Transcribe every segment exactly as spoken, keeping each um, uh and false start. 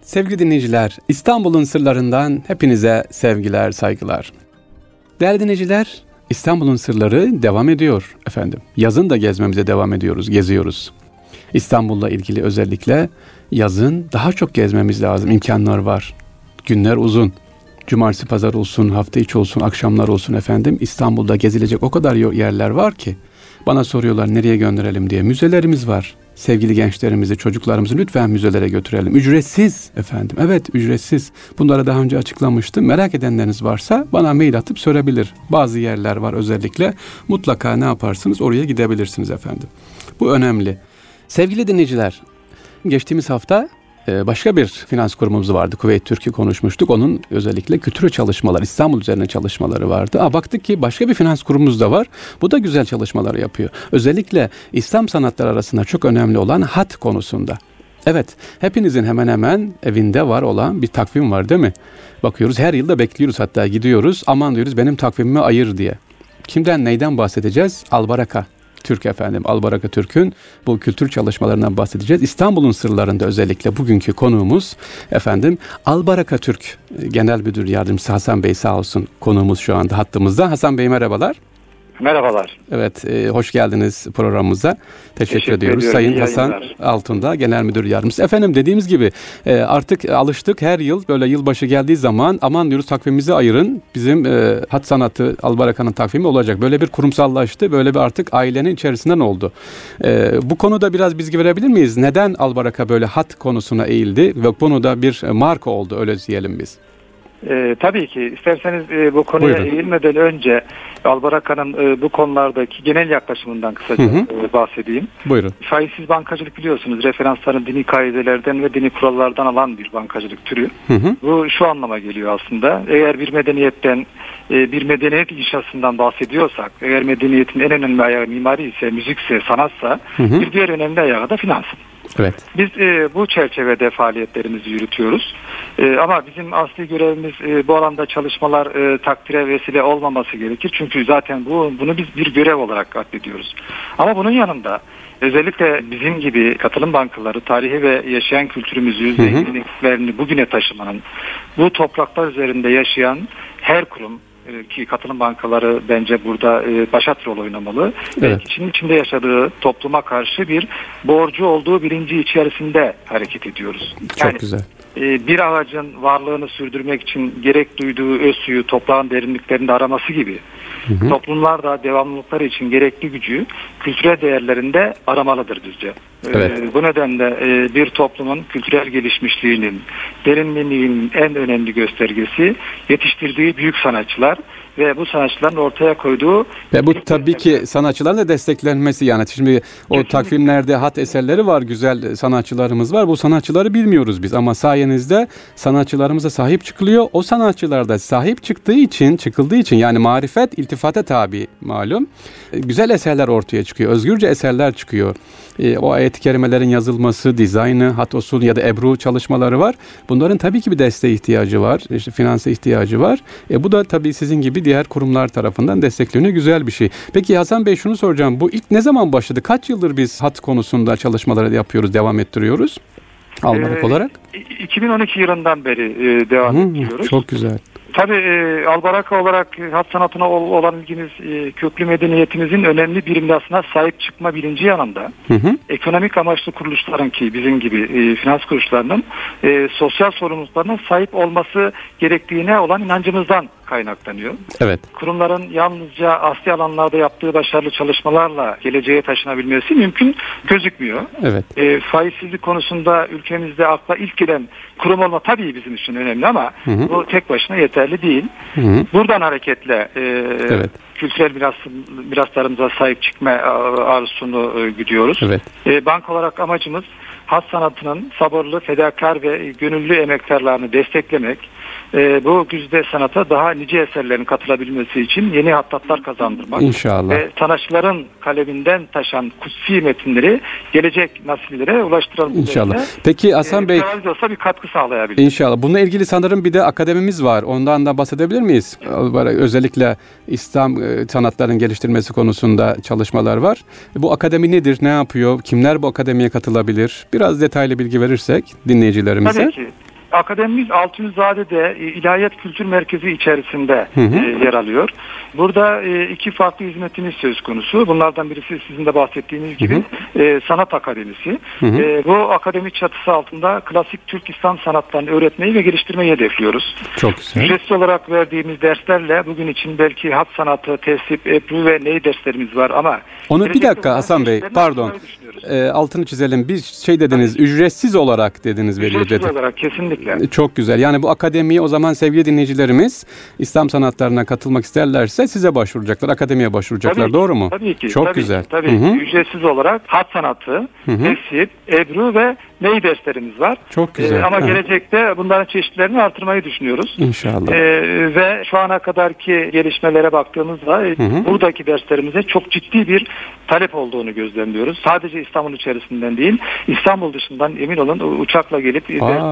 Sevgili dinleyiciler, İstanbul'un sırlarından hepinize sevgiler, saygılar. Değerli dinleyiciler, İstanbul'un sırları devam ediyor efendim. Yazın da gezmemize devam ediyoruz, geziyoruz. İstanbul'la ilgili özellikle yazın daha çok gezmemiz lazım, imkanlar var. Günler uzun. Cumartesi, pazar olsun, hafta içi olsun, akşamlar olsun efendim. İstanbul'da gezilecek o kadar yerler var ki. Bana soruyorlar nereye gönderelim diye. Müzelerimiz var. Sevgili gençlerimizi, çocuklarımızı lütfen müzelere götürelim. Ücretsiz efendim. Evet, ücretsiz. Bunları daha önce açıklamıştım. Merak edenleriniz varsa bana mail atıp sorabilir. Bazı yerler var özellikle. Mutlaka ne yaparsınız? Oraya gidebilirsiniz efendim. Bu önemli. Sevgili dinleyiciler, geçtiğimiz hafta başka bir finans kurumumuz vardı. Kuveyt Türk'ü konuşmuştuk. Onun özellikle kültür çalışmaları, İstanbul üzerine çalışmaları vardı. Aa, baktık ki başka bir finans kurumumuz da var. Bu da güzel çalışmalar yapıyor. Özellikle İslam sanatları arasında çok önemli olan hat konusunda. Evet, hepinizin hemen hemen evinde var olan bir takvim var değil mi? Bakıyoruz, her yılda bekliyoruz, hatta gidiyoruz. Aman diyoruz, benim takvimimi ayır diye. Kimden, neyden bahsedeceğiz? Albaraka Türk efendim. Albaraka Türk'ün bu kültür çalışmalarından bahsedeceğiz. İstanbul'un sırlarında özellikle bugünkü konuğumuz efendim Albaraka Türk Genel Müdür Yardımcısı Hasan Bey, sağ olsun, konuğumuz şu anda hattımızda. Hasan Bey merhabalar. Merhabalar. Evet, e, hoş geldiniz programımıza. Teşekkür, Teşekkür ediyoruz. ediyorum. Sayın İyi Hasan yayınlar. Altundağ Genel Müdür Yardımcısı. Efendim dediğimiz gibi e, artık alıştık, her yıl böyle yılbaşı geldiği zaman aman diyoruz takvimimizi ayırın. Bizim e, hat sanatı Albaraka'nın takvimi olacak. Böyle bir kurumsallaştı, böyle bir artık ailenin içerisinden oldu. E, bu konuda biraz bilgi verebilir miyiz? Neden Albaraka böyle hat konusuna eğildi ve bunu da bir marka oldu, öyle diyelim biz? Ee, tabii ki. İsterseniz e, bu konuya Buyurun. eğilmeden önce Albaraka'nın e, bu konulardaki genel yaklaşımından kısaca Hı hı. e, bahsedeyim. Buyurun. Faizsiz bankacılık biliyorsunuz, referansların dini kaidelerden ve dini kurallardan alan bir bankacılık türü. Hı hı. Bu şu anlama geliyor aslında. Eğer bir medeniyetten, e, bir medeniyet inşasından bahsediyorsak, eğer medeniyetin en önemli ayağı mimari ise, müzikse, sanatsa, Hı hı. bir diğer önemli ayağı da finans. Evet. Biz e, bu çerçevede faaliyetlerimizi yürütüyoruz. E, ama bizim asli görevimiz e, bu alanda çalışmalar e, takdire vesile olmaması gerekir. Çünkü zaten bu bunu biz bir görev olarak addediyoruz. Ama bunun yanında özellikle bizim gibi katılım bankaları tarihi ve yaşayan kültürümüzü, zenginliklerini bugüne taşımanın, bu topraklar üzerinde yaşayan her kurum ki katılım bankaları bence burada başat rol oynamalı. Evet. Ve kişinin içinde yaşadığı topluma karşı bir borcu olduğu bilinci içerisinde hareket ediyoruz. Çok yani, güzel. Bir ağacın varlığını sürdürmek için gerek duyduğu öz suyu toprağın derinliklerinde araması gibi, hı hı, toplumlar da devamlılıkları için gerekli gücü kültürel değerlerinde aramalıdır bizce. Evet. Ee, bu nedenle e, bir toplumun kültürel gelişmişliğinin, derinliğinin en önemli göstergesi yetiştirdiği büyük sanatçılar ve bu sanatçıların ortaya koyduğu... Ve bu tabii ki sanatçıların da desteklenmesi, yani şimdi o Kesinlikle. Takvimlerde hat eserleri var, güzel sanatçılarımız var. Bu sanatçıları bilmiyoruz biz ama sayenizde sanatçılarımıza sahip çıkılıyor. O sanatçılar da sahip çıktığı için, çıkıldığı için, yani marifet iltifata tabi malum. Güzel eserler ortaya çıkıyor, özgürce eserler çıkıyor. E, o ayet-i kerimelerin yazılması, dizaynı, hat usul ya da ebru çalışmaları var. Bunların tabii ki bir desteğe ihtiyacı var, işte finanse ihtiyacı var. E, bu da tabii sizin gibi diğer kurumlar tarafından destekleniyor. Güzel bir şey. Peki Hasan Bey, şunu soracağım. Bu ilk ne zaman başladı? Kaç yıldır biz hat konusunda çalışmaları yapıyoruz, devam ettiriyoruz? Almalık Ee, olarak? iki bin on iki yılından beri e, devam Hı, ediyoruz. çok güzel. Tabii e, Albaraka olarak e, hat sanatına ol, olan ilgimiz e, köklü medeniyetimizin önemli birimlasına sahip çıkma bilinci yanında, hı hı, ekonomik amaçlı kuruluşların ki bizim gibi e, finans kuruluşlarının e, sosyal sorumluluklarına sahip olması gerektiğine olan inancımızdan kaynaklanıyor. Evet. Kurumların yalnızca asli alanlarda yaptığı başarılı çalışmalarla geleceğe taşınabilmesi mümkün gözükmüyor. Evet. E, faizsizlik konusunda ülkemizde akla ilk gelen kurum olma tabii bizim için önemli ama hı hı, bu tek başına yeterli değil. Hı hı. Buradan hareketle e, evet, kültürel miras, miraslarımıza sahip çıkma arzusunu e, güdüyoruz. Evet. E, bank olarak amacımız hat sanatının sabırlı, fedakar ve gönüllü emektarlarını desteklemek, e, bu güzide sanata daha nice eserlerin katılabilmesi için yeni hattatlar kazandırmak. İnşallah. Ve sanatçıların kaleminden taşan kutsi metinleri gelecek nesillere ulaştıralım. İnşallah. Üzerine. Peki Hasan e, Bey, olsa bir katkı sağlayabilir. İnşallah. Bununla ilgili sanırım bir de akademimiz var. Ondan da bahsedebilir miyiz? Özellikle İslam sanatların geliştirilmesi konusunda çalışmalar var. Bu akademi nedir? Ne yapıyor? Kimler bu akademiye katılabilir? Biraz detaylı bilgi verirsek dinleyicilerimize. Tabii ki. Akademimiz Altunizade'de e, İlahiyat Kültür Merkezi içerisinde hı hı. E, yer alıyor. Burada e, iki farklı hizmetimiz söz konusu. Bunlardan birisi sizin de bahsettiğiniz gibi hı hı. E, Sanat Akademisi. Hı hı. E, bu akademi çatısı altında klasik Türk İslam sanatlarını öğretmeyi ve geliştirmeyi hedefliyoruz. Çok güzel. Ücretsiz olarak verdiğimiz derslerle bugün için belki hat sanatı, tesip, ebru ve ney derslerimiz var ama... Onu bir dakika Hasan Bey, pardon. E, altını çizelim. Bir şey dediniz, evet. ücretsiz olarak dediniz veriyor dedi. Ücretsiz olarak kesinlikle. Çok güzel. Yani bu akademiyi o zaman sevgili dinleyicilerimiz İslam sanatlarına katılmak isterlerse size başvuracaklar, akademiye başvuracaklar. Tabii Doğru ki, mu? Tabii ki. Çok tabii güzel. Ki, tabii ki. Ücretsiz olarak hat sanatı, tesip, ebru ve ney derslerimiz var. Çok güzel. Ee, ama ha. gelecekte bunların çeşitlerini artırmayı düşünüyoruz. İnşallah. Ee, ve şu ana kadarki gelişmelere baktığımızda hı hı. buradaki derslerimize çok ciddi bir talep olduğunu gözlemliyoruz. Sadece İstanbul içerisinden değil, İstanbul dışından emin olun uçakla gelip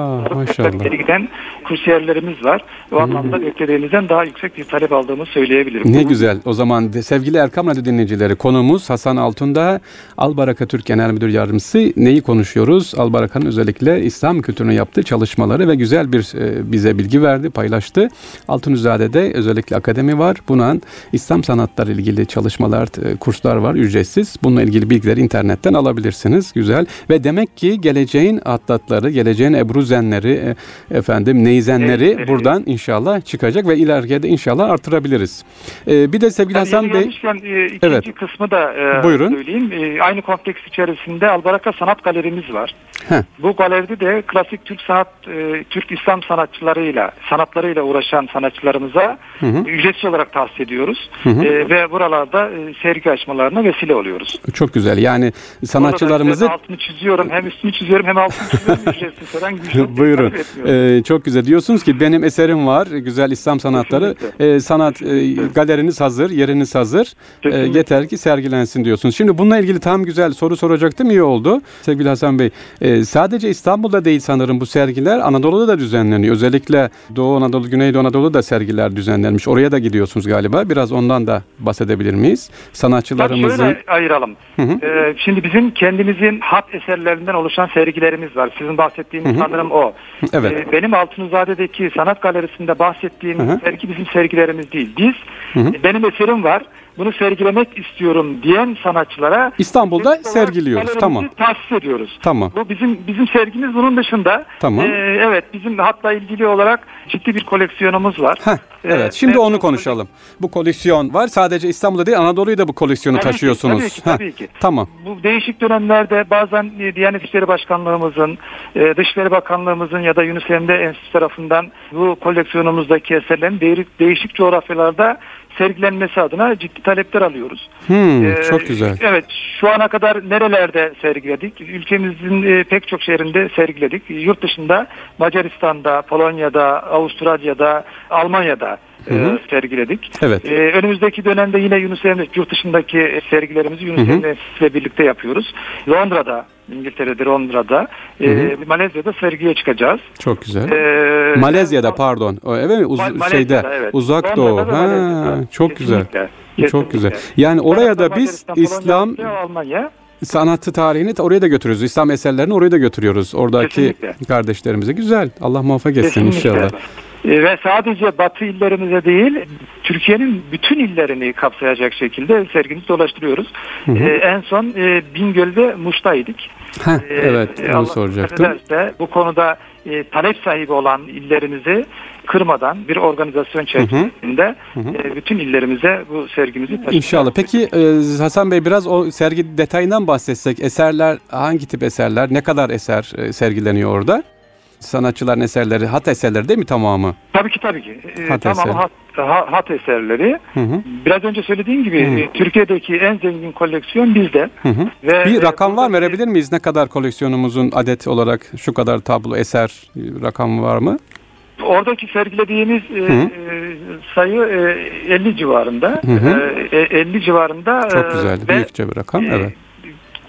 geri giden kursiyerlerimiz var. O anlamda beklediğimizden daha yüksek bir talep aldığımı söyleyebilirim. Ne güzel. O zaman de, sevgili Erkam Radyo dinleyicileri, konumuz Hasan Altun'da Albaraka Türk Genel Müdür Yardımcısı. Neyi konuşuyoruz? Albaraka'nın özellikle İslam kültürünü yaptığı çalışmaları ve güzel bir e, bize bilgi verdi, paylaştı. Altunizade'de özellikle akademi var. Buna İslam sanatları ilgili çalışmalar, e, kurslar var ücretsiz. Bununla ilgili bilgileri internetten alabilirsiniz. Güzel. Ve demek ki geleceğin atlatları, geleceğin ebruzenleri, e, efendim neyzenleri evet, buradan inşallah çıkacak ve ileriye de inşallah artırabiliriz. E, bir de sevgili yani Hasan Bey. Gelmişken, e, ikinci evet. kısmı da e, Buyurun. söyleyeyim. E, aynı kompleks içerisinde Albaraka Sanat Galerimiz var. Heh. Bu galeride de klasik Türk sanat, e, Türk İslam sanatçılarıyla, sanatlarıyla uğraşan sanatçılarımıza hı hı. ücretsiz olarak tahsis ediyoruz. Hı hı. E, ve buralarda e, sergi açmalarına vesile oluyoruz. Çok güzel. Yani sanatçılarımızı... Hem altını çiziyorum, hem üstünü çiziyorum, hem altını çiziyorum. Ücretsiz olan güzel. Buyurun. Ee, çok güzel. Diyorsunuz ki benim eserim var. Güzel İslam sanatları. Ee, sanat e, galeriniz hazır, yeriniz hazır. E, yeter ki sergilensin diyorsunuz. Şimdi bununla ilgili tam güzel soru soracaktım. İyi oldu. Sevgili Hasan Bey. E, sadece İstanbul'da değil sanırım bu sergiler. Anadolu'da da düzenleniyor. Özellikle Doğu Anadolu, Güneydoğu Anadolu'da sergiler düzenlenmiş. Oraya da gidiyorsunuz galiba. Biraz ondan da bahsedebilir miyiz? Sanatçılarımızın... Tabii şöyle ayıralım. Hı hı. Ee, şimdi bizim kendimizin hat eserlerinden oluşan sergilerimiz var. Sizin bahsettiğiniz hı hı. sanırım o. Evet. Ee, benim Altunizade'deki sanat galerisinde bahsettiğim hı hı. sergi bizim sergilerimiz değil. Biz, hı hı. benim eserim var, bunu sergilemek istiyorum diyen sanatçılara İstanbul'da sergiliyoruz. Tamam. tahsis ediyoruz. Tamam. Bu bizim bizim sergimiz. Bunun dışında tamam. E, evet bizim hatla ilgili olarak ciddi bir koleksiyonumuz var. Heh, evet. Şimdi ee, onu konuşalım. Bu koleksiyon var. Sadece İstanbul'da değil, Anadolu'yu da bu koleksiyonu tabii taşıyorsunuz. Ki, tabii ki, tabii ki. Tamam. Bu değişik dönemlerde bazen Diyanet İşleri Başkanlığımızın, Dışişleri Bakanlığımızın ya da Yunus Emre Enstitüsü tarafından bu koleksiyonumuzdaki eserlerin değişik coğrafyalarda sergilenmesi adına ciddi talepler alıyoruz. Hmm, ee, çok güzel. Evet, şu ana kadar nerelerde sergiledik? Ülkemizin e, pek çok şehrinde sergiledik. Yurt dışında Macaristan'da, Polonya'da, Avustralya'da, Almanya'da Hı hı. sergiledik. Evet. Ee, önümüzdeki dönemde yine Yunus Emre yurt dışındaki sergilerimizi Yunus Emre ile birlikte yapıyoruz. Londra'da, İngiltere'de, Londra'da, hı hı. E, Malezya'da sergiye çıkacağız. Çok güzel. Ee, Malezya'da pardon. Evet mi? Uz- Ma- şeyde evet. Uzak Doğu. Ha, çok Kesinlikle. güzel. Kesinlikle. Çok güzel. Yani oraya da biz İslam Almanya sanatı tarihini oraya da götürüyoruz. İslam eserlerini oraya da götürüyoruz. Oradaki Kesinlikle. kardeşlerimize güzel. Allah muvaffak etsin inşallah. Ve sadece Batı illerimize değil, Türkiye'nin bütün illerini kapsayacak şekilde sergimizi dolaştırıyoruz. Hı hı. Ee, en son e, Bingöl'de Muş'taydık. Heh, ee, evet, onu soracaktım. Ederse, bu konuda e, talep sahibi olan illerimizi kırmadan bir organizasyon çerçevesinde hı hı. e, bütün illerimize bu sergimizi taşıyacağız. İnşallah. Peki e, Hasan Bey biraz o sergi detayından bahsetsek. Eserler, hangi tip eserler, ne kadar eser e, sergileniyor orada? Sanatçıların eserleri, hat eserleri değil mi tamamı? Tabii ki tabii ki. Hat ee, tamam hat, hat, hat eserleri. Hı hı. Biraz önce söylediğim gibi hı. Türkiye'deki en zengin koleksiyon bizde. Hı hı. Ve bir rakam var mı? Verebilir miyiz? Ne kadar koleksiyonumuzun adet olarak şu kadar tablo, eser rakamı var mı? Oradaki sergilediğimiz e, sayı e, elli civarında. Hı hı. E, elli civarında. Çok güzel. E, büyükçe bir rakam. E, evet.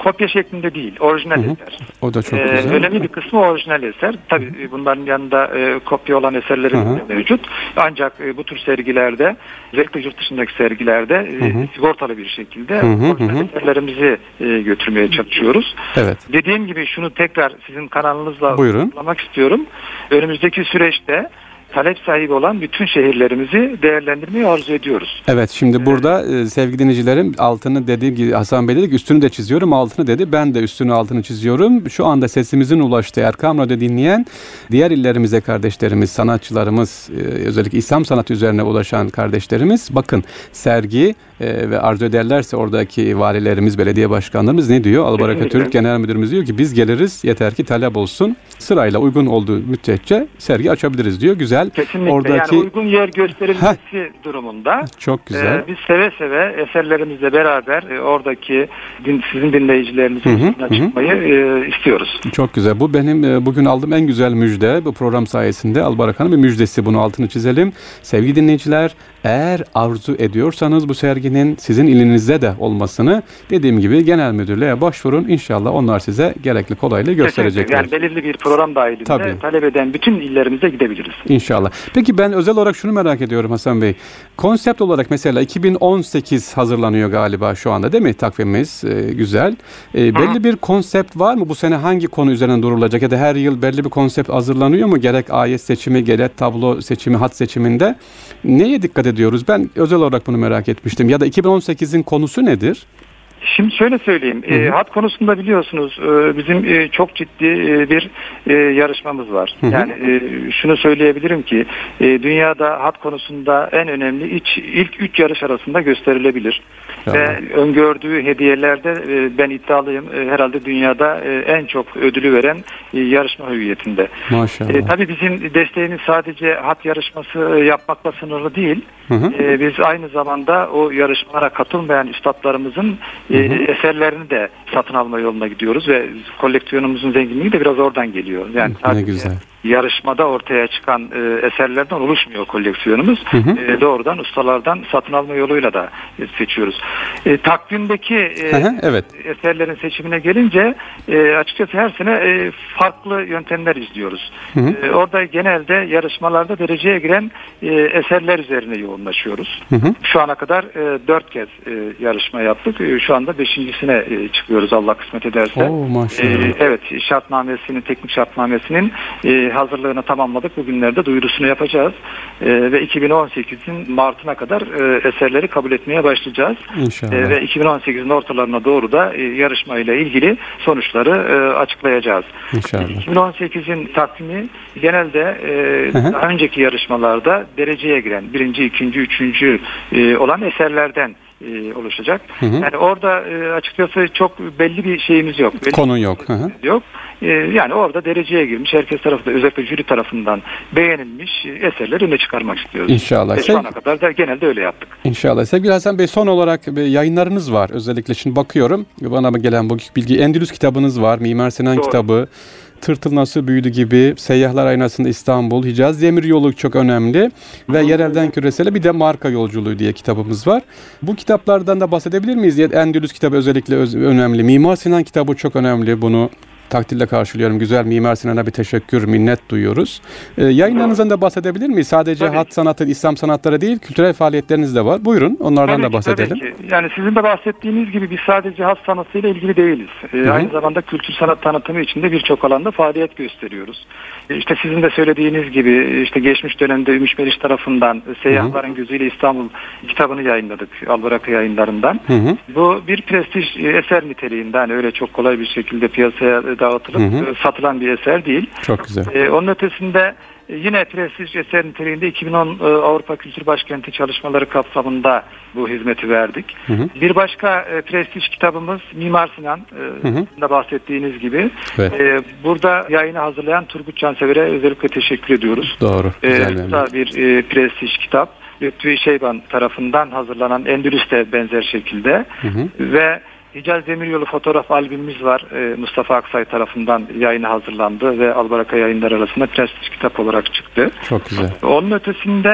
kopya şeklinde değil, orijinal Hı hı. eser. O da çok Ee, güzel. önemli bir kısmı orijinal eser. Tabii hı hı. bunların yanında e, kopya olan eserlerimiz de mevcut. Ancak e, bu tür sergilerde, özellikle yurt dışındaki sergilerde e, hı hı. sigortalı bir şekilde hı hı. orijinal eserlerimizi e, götürmeye çalışıyoruz. Evet. Dediğim gibi şunu tekrar sizin kanalınızla vurgulamak istiyorum. Önümüzdeki süreçte talep sahibi olan bütün şehirlerimizi değerlendirmeyi arzu ediyoruz. Evet, şimdi burada e, sevgili dinleyicilerim, altını dediğim gibi Hasan Bey dedik, üstünü de çiziyorum, altını dedi. Ben de üstünü altını çiziyorum. Şu anda sesimizin ulaştığı Erkam Radyo dinleyen diğer illerimize kardeşlerimiz, sanatçılarımız, e, özellikle İslam sanatı üzerine ulaşan kardeşlerimiz, bakın sergi e, ve arzu ederlerse oradaki valilerimiz, belediye başkanlarımız ne diyor? Albaraka Türk Genel Müdürümüz diyor ki biz geliriz, yeter ki talep olsun. Sırayla uygun olduğu müddetçe sergi açabiliriz diyor. Güzel. Kesinlikle. Oradaki... Yani uygun yer gösterilmesi Heh. durumunda. Çok güzel. E, biz seve seve eserlerimizle beraber e, oradaki din, sizin dinleyicilerinizin üstüne çıkmayı e, istiyoruz. Çok güzel. Bu benim e, bugün aldığım en güzel müjde. Bu program sayesinde Albaraka'nın bir müjdesi. Bunu altını çizelim. Sevgili dinleyiciler, eğer arzu ediyorsanız bu serginin sizin ilinizde de olmasını, dediğim gibi genel müdürlüğe başvurun. İnşallah onlar size gerekli kolaylığı gösterecekler. Yani belirli bir program dahilinde Tabii. talep eden bütün illerimize gidebiliriz. İnşallah. Peki ben özel olarak şunu merak ediyorum Hasan Bey. Konsept olarak mesela iki bin on sekiz hazırlanıyor galiba şu anda, değil mi? Takvimimiz e, güzel. E, belli bir konsept var mı? Bu sene hangi konu üzerine durulacak? Ya da her yıl belli bir konsept hazırlanıyor mu? Gerek ayet seçimi, gerek tablo seçimi, hat seçiminde. Neye dikkat ediyoruz? Ben özel olarak bunu merak etmiştim. Ya da iki bin on sekizin konusu nedir? Şimdi şöyle söyleyeyim, hı hı. E, hat konusunda biliyorsunuz e, bizim e, çok ciddi e, bir e, yarışmamız var. Hı hı. Yani e, şunu söyleyebilirim ki e, dünyada hat konusunda en önemli iç, ilk üç yarış arasında gösterilebilir. Tamam. Ve öngördüğü hediyelerde e, ben iddialıyım e, herhalde dünyada e, en çok ödülü veren e, yarışma hüviyetinde. Maşallah. E, tabii bizim desteğimiz sadece hat yarışması e, yapmakla sınırlı değil. Hı hı. E, biz aynı zamanda o yarışmalara katılmayan üstadlarımızın Hı hı. eserlerini de satın alma yoluna gidiyoruz ve koleksiyonumuzun zenginliği de biraz oradan geliyor. Yani ne güzel. Yarışmada ortaya çıkan e, eserlerden oluşmuyor koleksiyonumuz. Hı hı. E, doğrudan ustalardan satın alma yoluyla da e, seçiyoruz. E, takvimdeki e, hı hı, evet. eserlerin seçimine gelince e, açıkçası her sene e, farklı yöntemler izliyoruz. Hı hı. E, orada genelde yarışmalarda dereceye giren e, eserler üzerine yoğunlaşıyoruz. Hı hı. Şu ana kadar e, dört kez e, yarışma yaptık. E, şu anda beşincisine e, çıkıyoruz Allah kısmet ederse. Oo, maşallah. E, evet, şartnamesinin, teknik şartnamesinin e, hazırlığını tamamladık. Bugünlerde duyurusunu yapacağız. E, ve iki bin on sekizin Mart'ına kadar e, eserleri kabul etmeye başlayacağız. İnşallah. E, ve iki bin on sekizin ortalarına doğru da e, yarışmayla ilgili sonuçları e, açıklayacağız. İnşallah. iki bin on sekizin takvimi genelde e, daha önceki yarışmalarda dereceye giren birinci, ikinci, üçüncü e, olan eserlerden E, oluşacak. Hı hı. Yani orada e, açıkçası çok belli bir şeyimiz yok. Belli Konu yok. Hı hı. Yok. E, yani orada dereceye girmiş, herkes tarafından, özellikle jüri tarafından beğenilmiş eserleri öne çıkarmak istiyoruz. İnşallah. E, şu ana kadar da genelde öyle yaptık. İnşallah. Sevgili Hasan Bey, son olarak bir yayınlarınız var. Özellikle şimdi bakıyorum. Bana gelen bu bilgi, Endülüs kitabınız var. Mimar Sinan Doğru. kitabı. Tırtıl Nasıl Büyüdü gibi, Seyyahlar Aynası'nda İstanbul, Hicaz Demiryolu çok önemli ve Yerelden Küresele, bir de Marka Yolculuğu diye kitabımız var. Bu kitaplardan da bahsedebilir miyiz? Endülüs kitabı özellikle önemli. Mimar Sinan kitabı çok önemli. Bunu takdirle karşılıyorum. Güzel, Mimar Sinan'a bir teşekkür, minnet duyuyoruz. Ee, yayınlarınızdan da bahsedebilir miyiz? Sadece tabii. hat sanatı, İslam sanatları değil, kültürel faaliyetleriniz de var. Buyurun, onlardan tabii da bahsedelim. Ki, tabii ki. Yani sizin de bahsettiğiniz gibi biz sadece hat sanatıyla ilgili değiliz. Ee, aynı zamanda kültür sanat tanıtımı içinde birçok alanda faaliyet gösteriyoruz. Ee, işte sizin de söylediğiniz gibi işte geçmiş dönemde Ümüş Meriç tarafından Seyyahların Hı-hı. Gözüyle İstanbul kitabını yayınladık Albaraka yayınlarından. Hı-hı. Bu bir prestij eser niteliğinde, yani öyle çok kolay bir şekilde piyasaya dağıtılıp hı hı. satılan bir eser değil. Çok güzel. Ee, onun ötesinde yine prestij eser niteliğinde iki bin on Avrupa Kültür Başkenti çalışmaları kapsamında bu hizmeti verdik. Hı hı. Bir başka e, prestij kitabımız Mimar Sinan, e, hı hı. da bahsettiğiniz gibi. Evet. E, burada yayını hazırlayan Turgut Cansever'e özellikle teşekkür ediyoruz. Doğru. Güzel e, bu da bir e, prestij kitap. Lütfi Şeyban tarafından hazırlanan Endülüs de benzer şekilde. Hı hı. Ve Hicaz Demiryolu fotoğraf albümümüz var. Ee, Mustafa Aksay tarafından yayını hazırlandı ve Albaraka Yayınları arasında prestij kitap olarak çıktı. Çok güzel. Onun ötesinde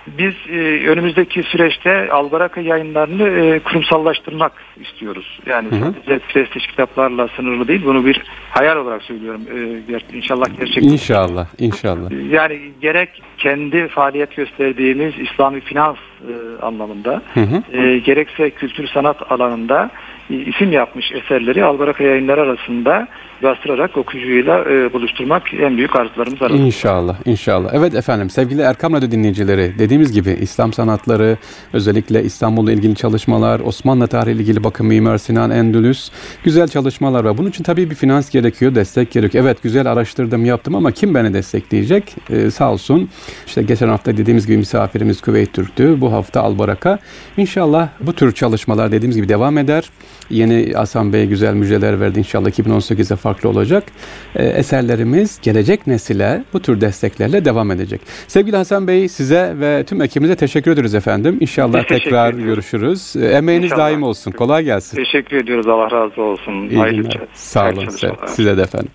Biz e, önümüzdeki süreçte Albaraka Yayınlarını e, kurumsallaştırmak istiyoruz. Yani hı hı. sadece prestij kitaplarla sınırlı değil. Bunu bir hayal olarak söylüyorum. E, inşallah gerçekten. İnşallah, inşallah. Yani gerek kendi faaliyet gösterdiğimiz İslami finans e, anlamında, hı hı. E, gerekse kültür sanat alanında e, isim yapmış eserleri Albaraka Yayınları arasında bastırarak okuyucuyla e, buluşturmak en büyük arzularımız arasında. İnşallah, inşallah. Evet efendim, sevgili Erkam Radyo dinleyicileri, dediğimiz gibi İslam sanatları, özellikle İstanbul'la ilgili çalışmalar, Osmanlı tarihiyle ilgili bakın Mimar Sinan, Endülüs, güzel çalışmalar var. Bunun için tabii bir finans gerekiyor, destek gerekiyor. Evet, güzel araştırdım, yaptım ama kim beni destekleyecek? Ee, sağ olsun. İşte geçen hafta dediğimiz gibi misafirimiz Küveyt Türk'tü. Bu hafta Albaraka. İnşallah bu tür çalışmalar dediğimiz gibi devam eder. Yeni Hasan Bey güzel müjdeler verdi. İnşallah iki bin on sekizde farklı olacak. Ee, eserlerimiz gelecek nesile bu tür desteklerle devam edecek. Sevgili Hasan Bey, size ve tüm ekibimize teşekkür ederiz efendim. İnşallah teşekkür tekrar ediyorum. Görüşürüz. Ee, emeğiniz İnşallah. Daim olsun. Kolay gelsin. Teşekkür ediyoruz. Allah razı olsun. İyi günler. Sağ olun. Size de efendim.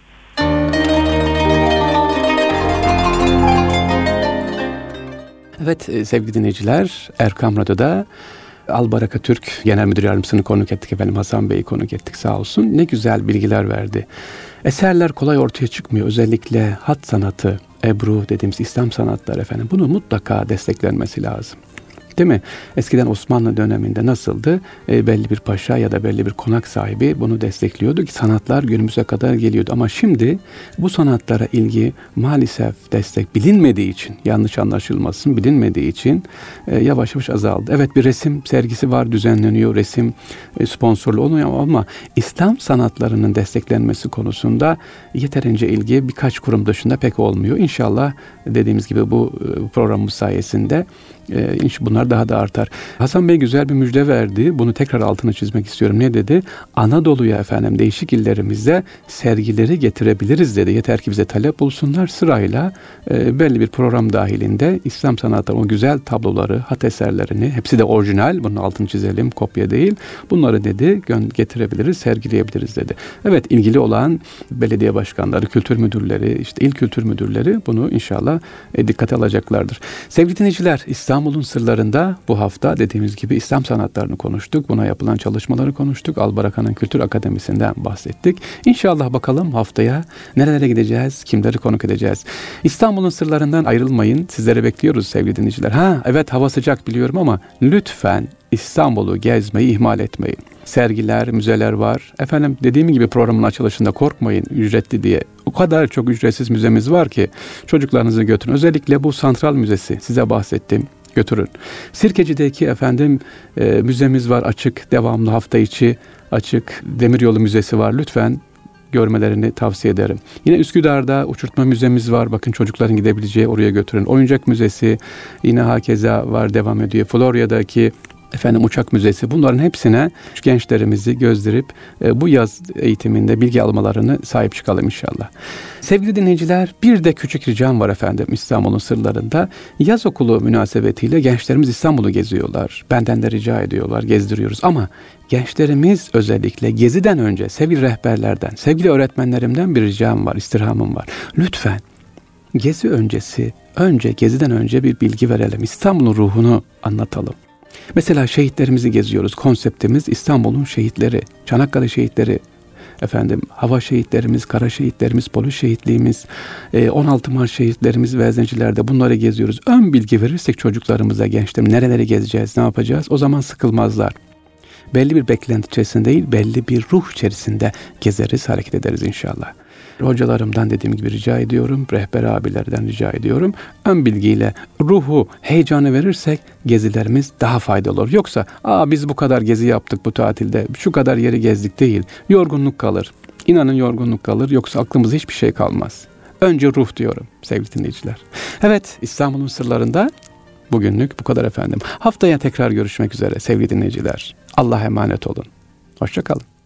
Evet sevgili dinleyiciler, Erkam Radyo'da Albaraka Türk Genel Müdür Yardımcısını konuk ettik efendim. Hasan Bey'i konuk ettik sağ olsun. Ne güzel bilgiler verdi. Eserler kolay ortaya çıkmıyor. Özellikle hat sanatı, ebru dediğimiz İslam sanatları efendim. Bunu mutlaka desteklenmesi lazım. Değil mi? Eskiden Osmanlı döneminde nasıldı? E, belli bir paşa ya da belli bir konak sahibi bunu destekliyordu ki sanatlar günümüze kadar geliyordu. Ama şimdi bu sanatlara ilgi maalesef destek bilinmediği için, yanlış anlaşılmasın, bilinmediği için e, yavaş yavaş azaldı. Evet, bir resim sergisi var, düzenleniyor, resim e, sponsorlu oluyor ama İslam sanatlarının desteklenmesi konusunda yeterince ilgi birkaç kurum dışında pek olmuyor. İnşallah dediğimiz gibi bu programımız sayesinde Ee, bunlar daha da artar. Hasan Bey güzel bir müjde verdi. Bunu tekrar altını çizmek istiyorum. Ne dedi? Anadolu'ya efendim değişik illerimizde sergileri getirebiliriz dedi. Yeter ki bize talep bulsunlar. Sırayla e, belli bir program dahilinde İslam sanatları o güzel tabloları, hat eserlerini, hepsi de orijinal. Bunun altını çizelim, kopya değil. Bunları dedi getirebiliriz, sergileyebiliriz dedi. Evet, ilgili olan belediye başkanları, kültür müdürleri, işte il kültür müdürleri bunu inşallah e, dikkate alacaklardır. Sevgili dinleyiciler, İslam İstanbul'un sırlarında bu hafta dediğimiz gibi İslam sanatlarını konuştuk. Buna yapılan çalışmaları konuştuk. Albaraka'nın Kültür Akademisi'nden bahsettik. İnşallah bakalım haftaya nerelere gideceğiz, kimleri konuk edeceğiz. İstanbul'un sırlarından ayrılmayın. Sizleri bekliyoruz sevgili dinleyiciler. Ha evet, hava sıcak biliyorum ama lütfen İstanbul'u gezmeyi ihmal etmeyin. Sergiler, müzeler var. Efendim dediğim gibi programın açılışında korkmayın ücretli diye. O kadar çok ücretsiz müzemiz var ki çocuklarınızı götürün. Özellikle bu Santral Müzesi size bahsettim. Götürün. Sirkeci'deki efendim e, müzemiz var açık, devamlı hafta içi açık. Demiryolu Müzesi var. Lütfen görmelerini tavsiye ederim. Yine Üsküdar'da uçurtma müzemiz var. Bakın çocukların gidebileceği, oraya götürün. Oyuncak Müzesi yine hakeza var, devam ediyor. Florya'daki efendim uçak müzesi, bunların hepsine gençlerimizi gözdirip e, bu yaz eğitiminde bilgi almalarını sahip çıkalım inşallah. Sevgili dinleyiciler, bir de küçük ricam var efendim İstanbul'un sırlarında. Yaz okulu münasebetiyle gençlerimiz İstanbul'u geziyorlar. Benden de rica ediyorlar, gezdiriyoruz ama gençlerimiz özellikle geziden önce sevgili rehberlerden, sevgili öğretmenlerimden bir ricam var, istirhamım var. Lütfen gezi öncesi, önce geziden önce bir bilgi verelim. İstanbul'un ruhunu anlatalım. Mesela şehitlerimizi geziyoruz. Konseptimiz İstanbul'un şehitleri, Çanakkale şehitleri, efendim hava şehitlerimiz, kara şehitlerimiz, polis şehitliğimiz, on altı Mart şehitlerimiz ve Eczacılar'da bunları geziyoruz. Ön bilgi verirsek çocuklarımıza, gençlerimize nereleri gezeceğiz, ne yapacağız? O zaman sıkılmazlar. Belli bir beklenti içerisinde değil, belli bir ruh içerisinde gezeriz, hareket ederiz inşallah. Hocalarımdan dediğim gibi rica ediyorum, rehber abilerden rica ediyorum. Ön bilgiyle ruhu, heyecanı verirsek gezilerimiz daha faydalı olur. Yoksa aa biz bu kadar gezi yaptık bu tatilde, şu kadar yeri gezdik değil. Yorgunluk kalır. İnanın yorgunluk kalır. Yoksa aklımızda hiçbir şey kalmaz. Önce ruh diyorum sevgili dinleyiciler. Evet, İstanbul'un sırlarında bugünlük bu kadar efendim. Haftaya tekrar görüşmek üzere sevgili dinleyiciler. Allah'a emanet olun. Hoşça kalın.